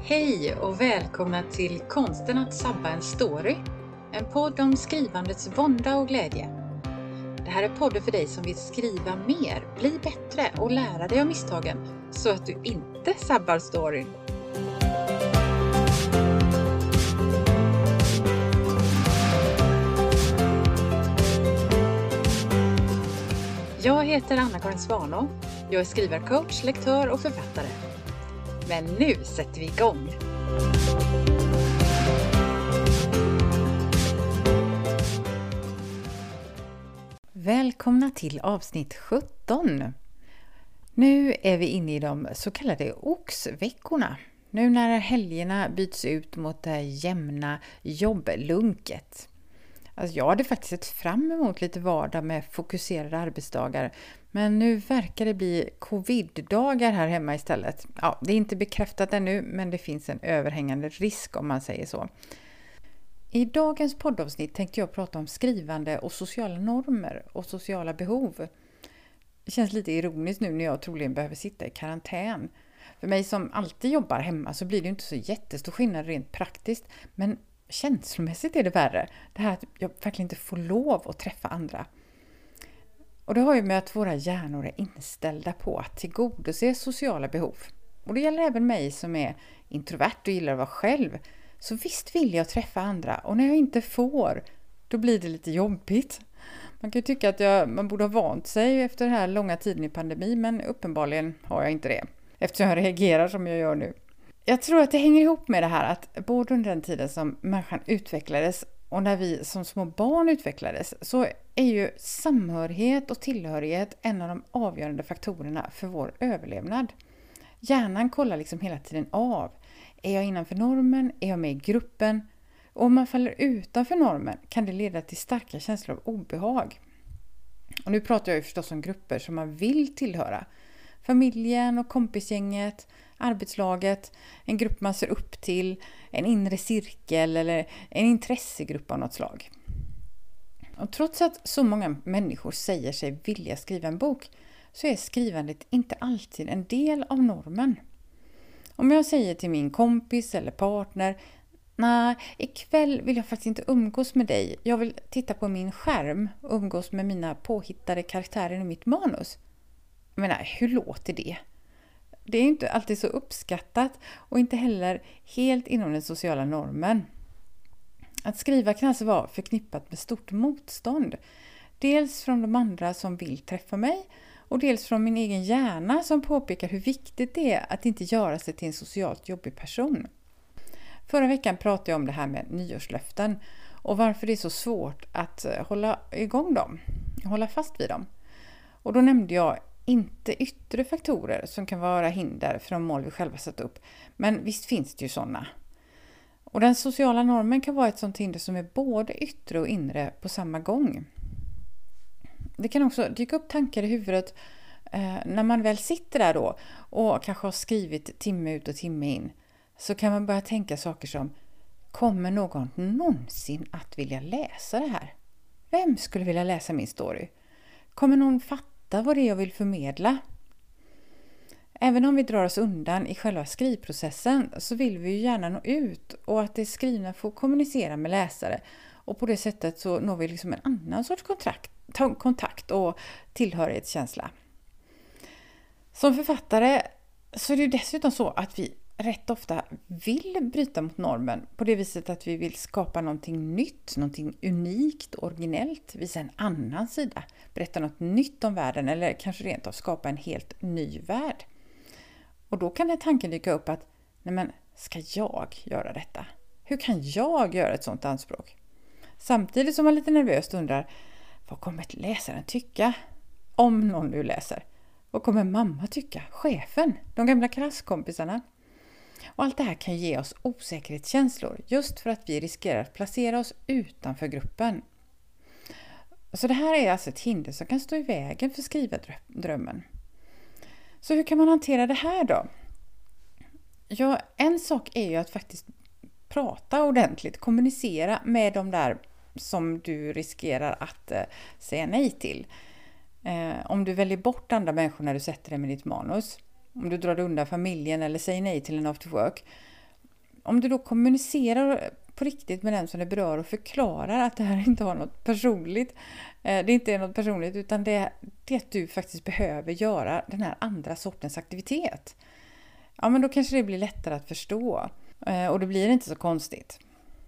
Hej och välkomna till Konsten att sabba en story. En podd om skrivandets vånda och glädje. Det här är podden för dig som vill skriva mer, bli bättre och lära dig av misstagen så att du inte sabbar storyn. Jag heter Anna-Karin Svanå. Jag är skrivarcoach, lektör och författare. Men nu sätter vi igång! Välkomna till avsnitt 17. Nu är vi inne i de så kallade oxveckorna. Nu när helgerna byts ut mot det jämna jobblunket. Alltså jag hade faktiskt sett fram emot lite vardag med fokuserade arbetsdagar. Men nu verkar det bli covid-dagar här hemma istället. Ja, det är inte bekräftat ännu, men det finns en överhängande risk om man säger så. I dagens poddavsnitt tänkte jag prata om skrivande och sociala normer och sociala behov. Det känns lite ironiskt nu när jag troligen behöver sitta i karantän. För mig som alltid jobbar hemma så blir det inte så jättestor skillnad rent praktiskt, men känslomässigt är det värre. Det här att jag verkligen inte får lov att träffa andra. Och det har ju med att våra hjärnor är inställda på att tillgodose sociala behov. Och det gäller även mig som är introvert och gillar att vara själv. Så visst vill jag träffa andra, och när jag inte får, då blir det lite jobbigt. Man kan ju tycka att man borde ha vant sig efter den här långa tiden i pandemi, men uppenbarligen har jag inte det. Eftersom jag reagerar som jag gör nu. Jag tror att det hänger ihop med det här att både under den tiden som människan utvecklades och när vi som små barn utvecklades, så är ju samhörighet och tillhörighet en av de avgörande faktorerna för vår överlevnad. Hjärnan kollar liksom hela tiden av. Är jag innanför normen? Är jag med i gruppen? Och om man faller utanför normen kan det leda till starka känslor av obehag. Och nu pratar jag ju förstås om grupper som man vill tillhöra. Familjen och kompisgänget, arbetslaget, en grupp man ser upp till, en inre cirkel eller en intressegrupp av något slag. Och trots att så många människor säger sig vilja skriva en bok, så är skrivandet inte alltid en del av normen. Om jag säger till min kompis eller partner: nej, ikväll vill jag faktiskt inte umgås med dig. Jag vill titta på min skärm och umgås med mina påhittade karaktärer i mitt manus. Jag menar, hur låter det? Det är inte alltid så uppskattat och inte heller helt inom den sociala normen. Att skriva kan alltså vara förknippat med stort motstånd. Dels från de andra som vill träffa mig, och dels från min egen hjärna som påpekar hur viktigt det är att inte göra sig till en socialt jobbig person. Förra veckan pratade jag om det här med nyårslöften och varför det är så svårt att hålla igång dem, hålla fast vid dem. Och då nämnde jag inte yttre faktorer som kan vara hinder för de mål vi själva satt upp. Men visst finns det ju sådana. Och den sociala normen kan vara ett sådant hinder som är både yttre och inre på samma gång. Det kan också dyka upp tankar i huvudet när man väl sitter där då och kanske har skrivit timme ut och timme in. Så kan man börja tänka saker som: kommer någon någonsin att vilja läsa det här? Vem skulle vilja läsa min story? Kommer någon fatta vad det är jag vill förmedla? Även om vi drar oss undan i själva skrivprocessen så vill vi ju gärna nå ut och att det skrivna får kommunicera med läsare. Och på det sättet så når vi liksom en annan sorts kontakt och tillhörighetskänsla. Som författare så är det ju dessutom så att vi rätt ofta vill bryta mot normen på det viset att vi vill skapa någonting nytt, någonting unikt, originellt, visa en annan sida, berätta något nytt om världen eller kanske rent av skapa en helt ny värld. Och då kan den tanken dyka upp att, nej men, ska jag göra detta? Hur kan jag göra ett sådant anspråk? Samtidigt som man lite nervöst undrar, vad kommer läsaren tycka? Om någon nu läser. Vad kommer mamma tycka? Chefen? De gamla klasskompisarna? Och allt det här kan ge oss osäkerhetskänslor just för att vi riskerar att placera oss utanför gruppen. Så det här är alltså ett hinder som kan stå i vägen för skrivardrömmen. Så hur kan man hantera det här då? Ja, en sak är ju att faktiskt prata ordentligt, kommunicera med de där som du riskerar att säga nej till. Om du väljer bort andra människor när du sätter dig med ditt manus, om du drar undan familjen eller säger nej till en after work, Om du då kommunicerar på riktigt med den som det berör och förklarar att det här inte har något personligt, det inte är något personligt, utan det är att du faktiskt behöver göra den här andra sortens aktivitet. Ja, men då kanske det blir lättare att förstå och det blir inte så konstigt.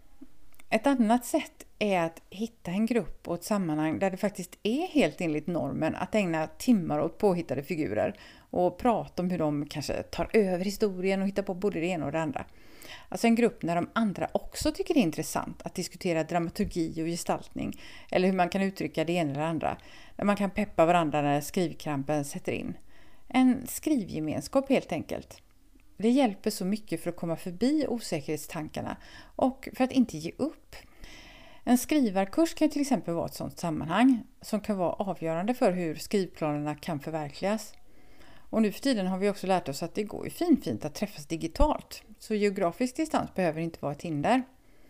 Ett annat sätt är att hitta en grupp och ett sammanhang där det faktiskt är helt enligt normen att ägna timmar åt påhittade figurer och prata om hur de kanske tar över historien och hittar på både det ena och det andra. Alltså en grupp när de andra också tycker det är intressant att diskutera dramaturgi och gestaltning eller hur man kan uttrycka det ena eller andra. Där man kan peppa varandra när skrivkrampen sätter in. En skrivgemenskap helt enkelt. Det hjälper så mycket för att komma förbi osäkerhetstankarna och för att inte ge upp. En skrivarkurs kan till exempel vara ett sådant sammanhang som kan vara avgörande för hur skrivplanerna kan förverkligas. Och nu för tiden har vi också lärt oss att det går ju fint att träffas digitalt. Så geografisk distans behöver inte vara ett hinder.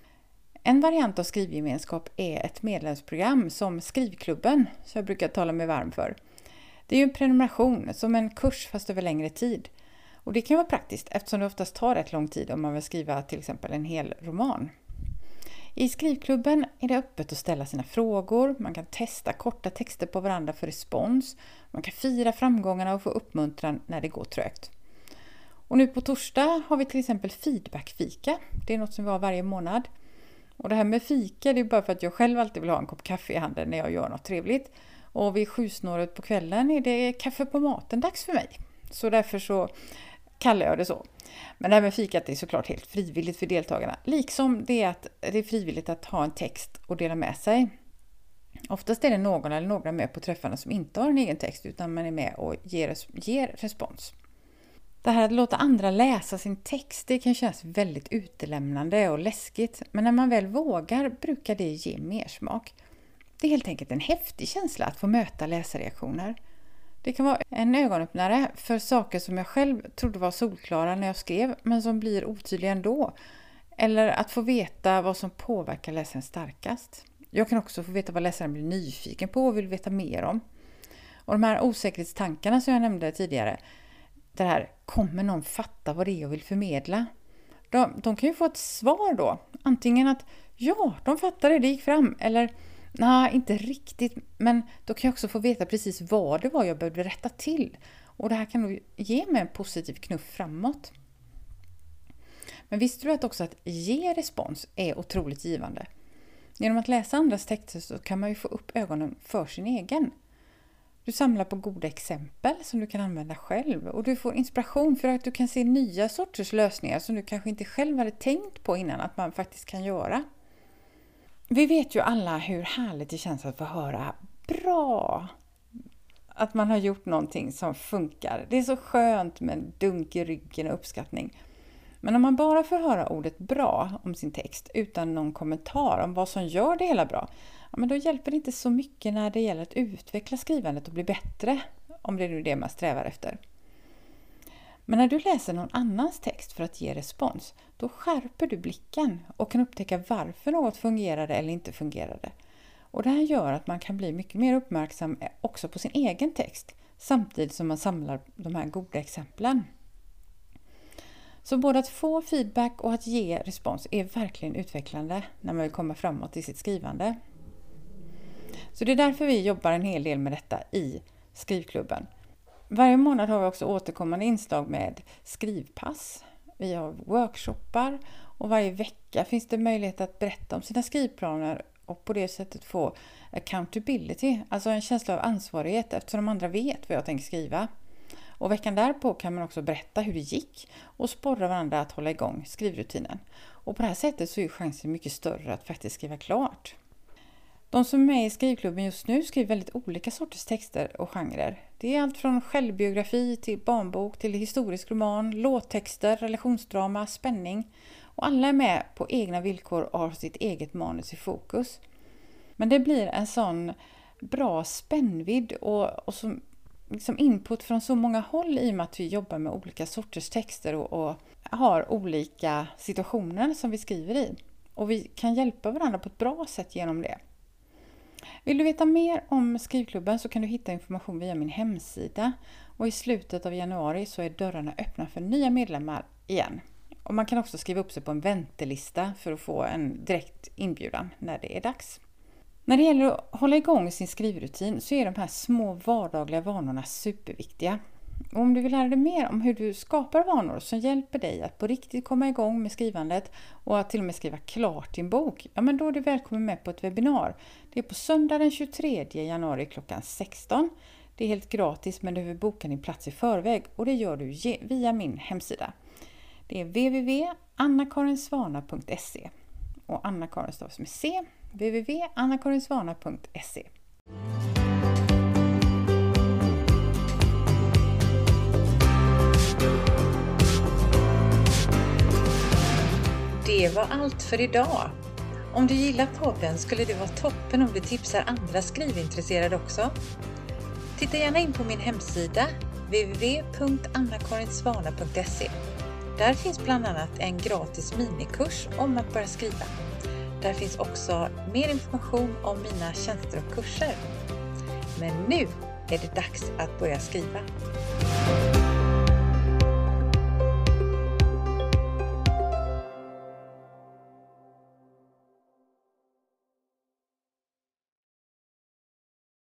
En variant av skrivgemenskap är ett medlemsprogram som Skrivklubben, som jag brukar tala mig varm för. Det är ju en prenumeration som en kurs fast över längre tid. Och det kan vara praktiskt eftersom det oftast tar rätt lång tid om man vill skriva till exempel en hel roman. I Skrivklubben är det öppet att ställa sina frågor, man kan testa korta texter på varandra för respons, man kan fira framgångarna och få uppmuntran när det går trögt. Och nu på torsdag har vi till exempel feedbackfika, det är något som vi har varje månad. Och det här med fika det är bara för att jag själv alltid vill ha en kopp kaffe i handen när jag gör något trevligt. Och vid 7-snåret på kvällen är det kaffe på maten dags för mig. Så därför så kallar jag det så. Men det här med fikat är såklart helt frivilligt för deltagarna. Liksom det är att det är frivilligt att ha en text och dela med sig. Oftast är det någon eller några med på träffarna som inte har en egen text utan man är med och ger respons. Det här att låta andra läsa sin text det kan kännas väldigt utelämnande och läskigt. Men när man väl vågar brukar det ge mer smak. Det är helt enkelt en häftig känsla att få möta läsarreaktioner. Det kan vara en ögonöppnare för saker som jag själv trodde var solklara när jag skrev men som blir otydliga ändå. Eller att få veta vad som påverkar läsaren starkast. Jag kan också få veta vad läsaren blir nyfiken på och vill veta mer om. Och de här osäkerhetstankarna som jag nämnde tidigare. Det här, kommer någon fatta vad det är jag vill förmedla? De kan ju få ett svar då. Antingen att ja, de fattade, det gick fram. Eller nej, inte riktigt. Men då kan jag också få veta precis vad det var jag behövde rätta till. Och det här kan nog ge mig en positiv knuff framåt. Men visste du också att ge respons är otroligt givande? Genom att läsa andras texter så kan man ju få upp ögonen för sin egen. Du samlar på goda exempel som du kan använda själv. Och du får inspiration för att du kan se nya sorters lösningar som du kanske inte själv hade tänkt på innan att man faktiskt kan göra. Vi vet ju alla hur härligt det känns att få höra bra. Att man har gjort någonting som funkar. Det är så skönt med en dunk i ryggen och uppskattning. Men om man bara får höra ordet bra om sin text utan någon kommentar om vad som gör det hela bra. Ja, men då hjälper det inte så mycket när det gäller att utveckla skrivandet och bli bättre. Om det är nu det man strävar efter. Men när du läser någon annans text för att ge respons, då skärper du blicken och kan upptäcka varför något fungerade eller inte fungerade. Och det här gör att man kan bli mycket mer uppmärksam också på sin egen text, samtidigt som man samlar de här goda exemplen. Så både att få feedback och att ge respons är verkligen utvecklande när man vill komma framåt i sitt skrivande. Så det är därför vi jobbar en hel del med detta i Skrivklubben. Varje månad har vi också återkommande inslag med skrivpass. Vi har workshoppar och varje vecka finns det möjlighet att berätta om sina skrivplaner och på det sättet få accountability, alltså en känsla av ansvarighet eftersom de andra vet vad jag tänker skriva. Och veckan därpå kan man också berätta hur det gick och sporra varandra att hålla igång skrivrutinen. Och på det här sättet så är chansen mycket större att faktiskt skriva klart. De som är med i Skrivklubben just nu skriver väldigt olika sorters texter och genrer. Det är allt från självbiografi till barnbok till historisk roman, låttexter, relationsdrama, spänning. Och alla är med på egna villkor och har sitt eget manus i fokus. Men det blir en sån bra spännvidd och som liksom input från så många håll i och med att vi jobbar med olika sorters texter och har olika situationer som vi skriver i. Och vi kan hjälpa varandra på ett bra sätt genom det. Vill du veta mer om Skrivklubben så kan du hitta information via min hemsida. Och i slutet av januari så är dörrarna öppna för nya medlemmar igen. Och man kan också skriva upp sig på en väntelista för att få en direkt inbjudan när det är dags. När det gäller att hålla igång sin skrivrutin så är de här små vardagliga vanorna superviktiga. Och om du vill lära dig mer om hur du skapar vanor som hjälper dig att på riktigt komma igång med skrivandet och att till och med skriva klart din bok, ja men då är du välkommen med på ett webbinar. Det är på söndag den 23 januari klockan 16. Det är helt gratis, men du behöver boka din plats i förväg och det gör du via min hemsida. Det är www.annakarinsvana.se och Anna-Karin stavas med C. www.annakarinsvana.se. Det var allt för idag. Om du gillar podden skulle det vara toppen om du tipsar andra skrivintresserade också. Titta gärna in på min hemsida www.annakarinsvana.se. Där finns bland annat en gratis minikurs om att börja skriva. Där finns också mer information om mina tjänster och kurser. Men nu är det dags att börja skriva.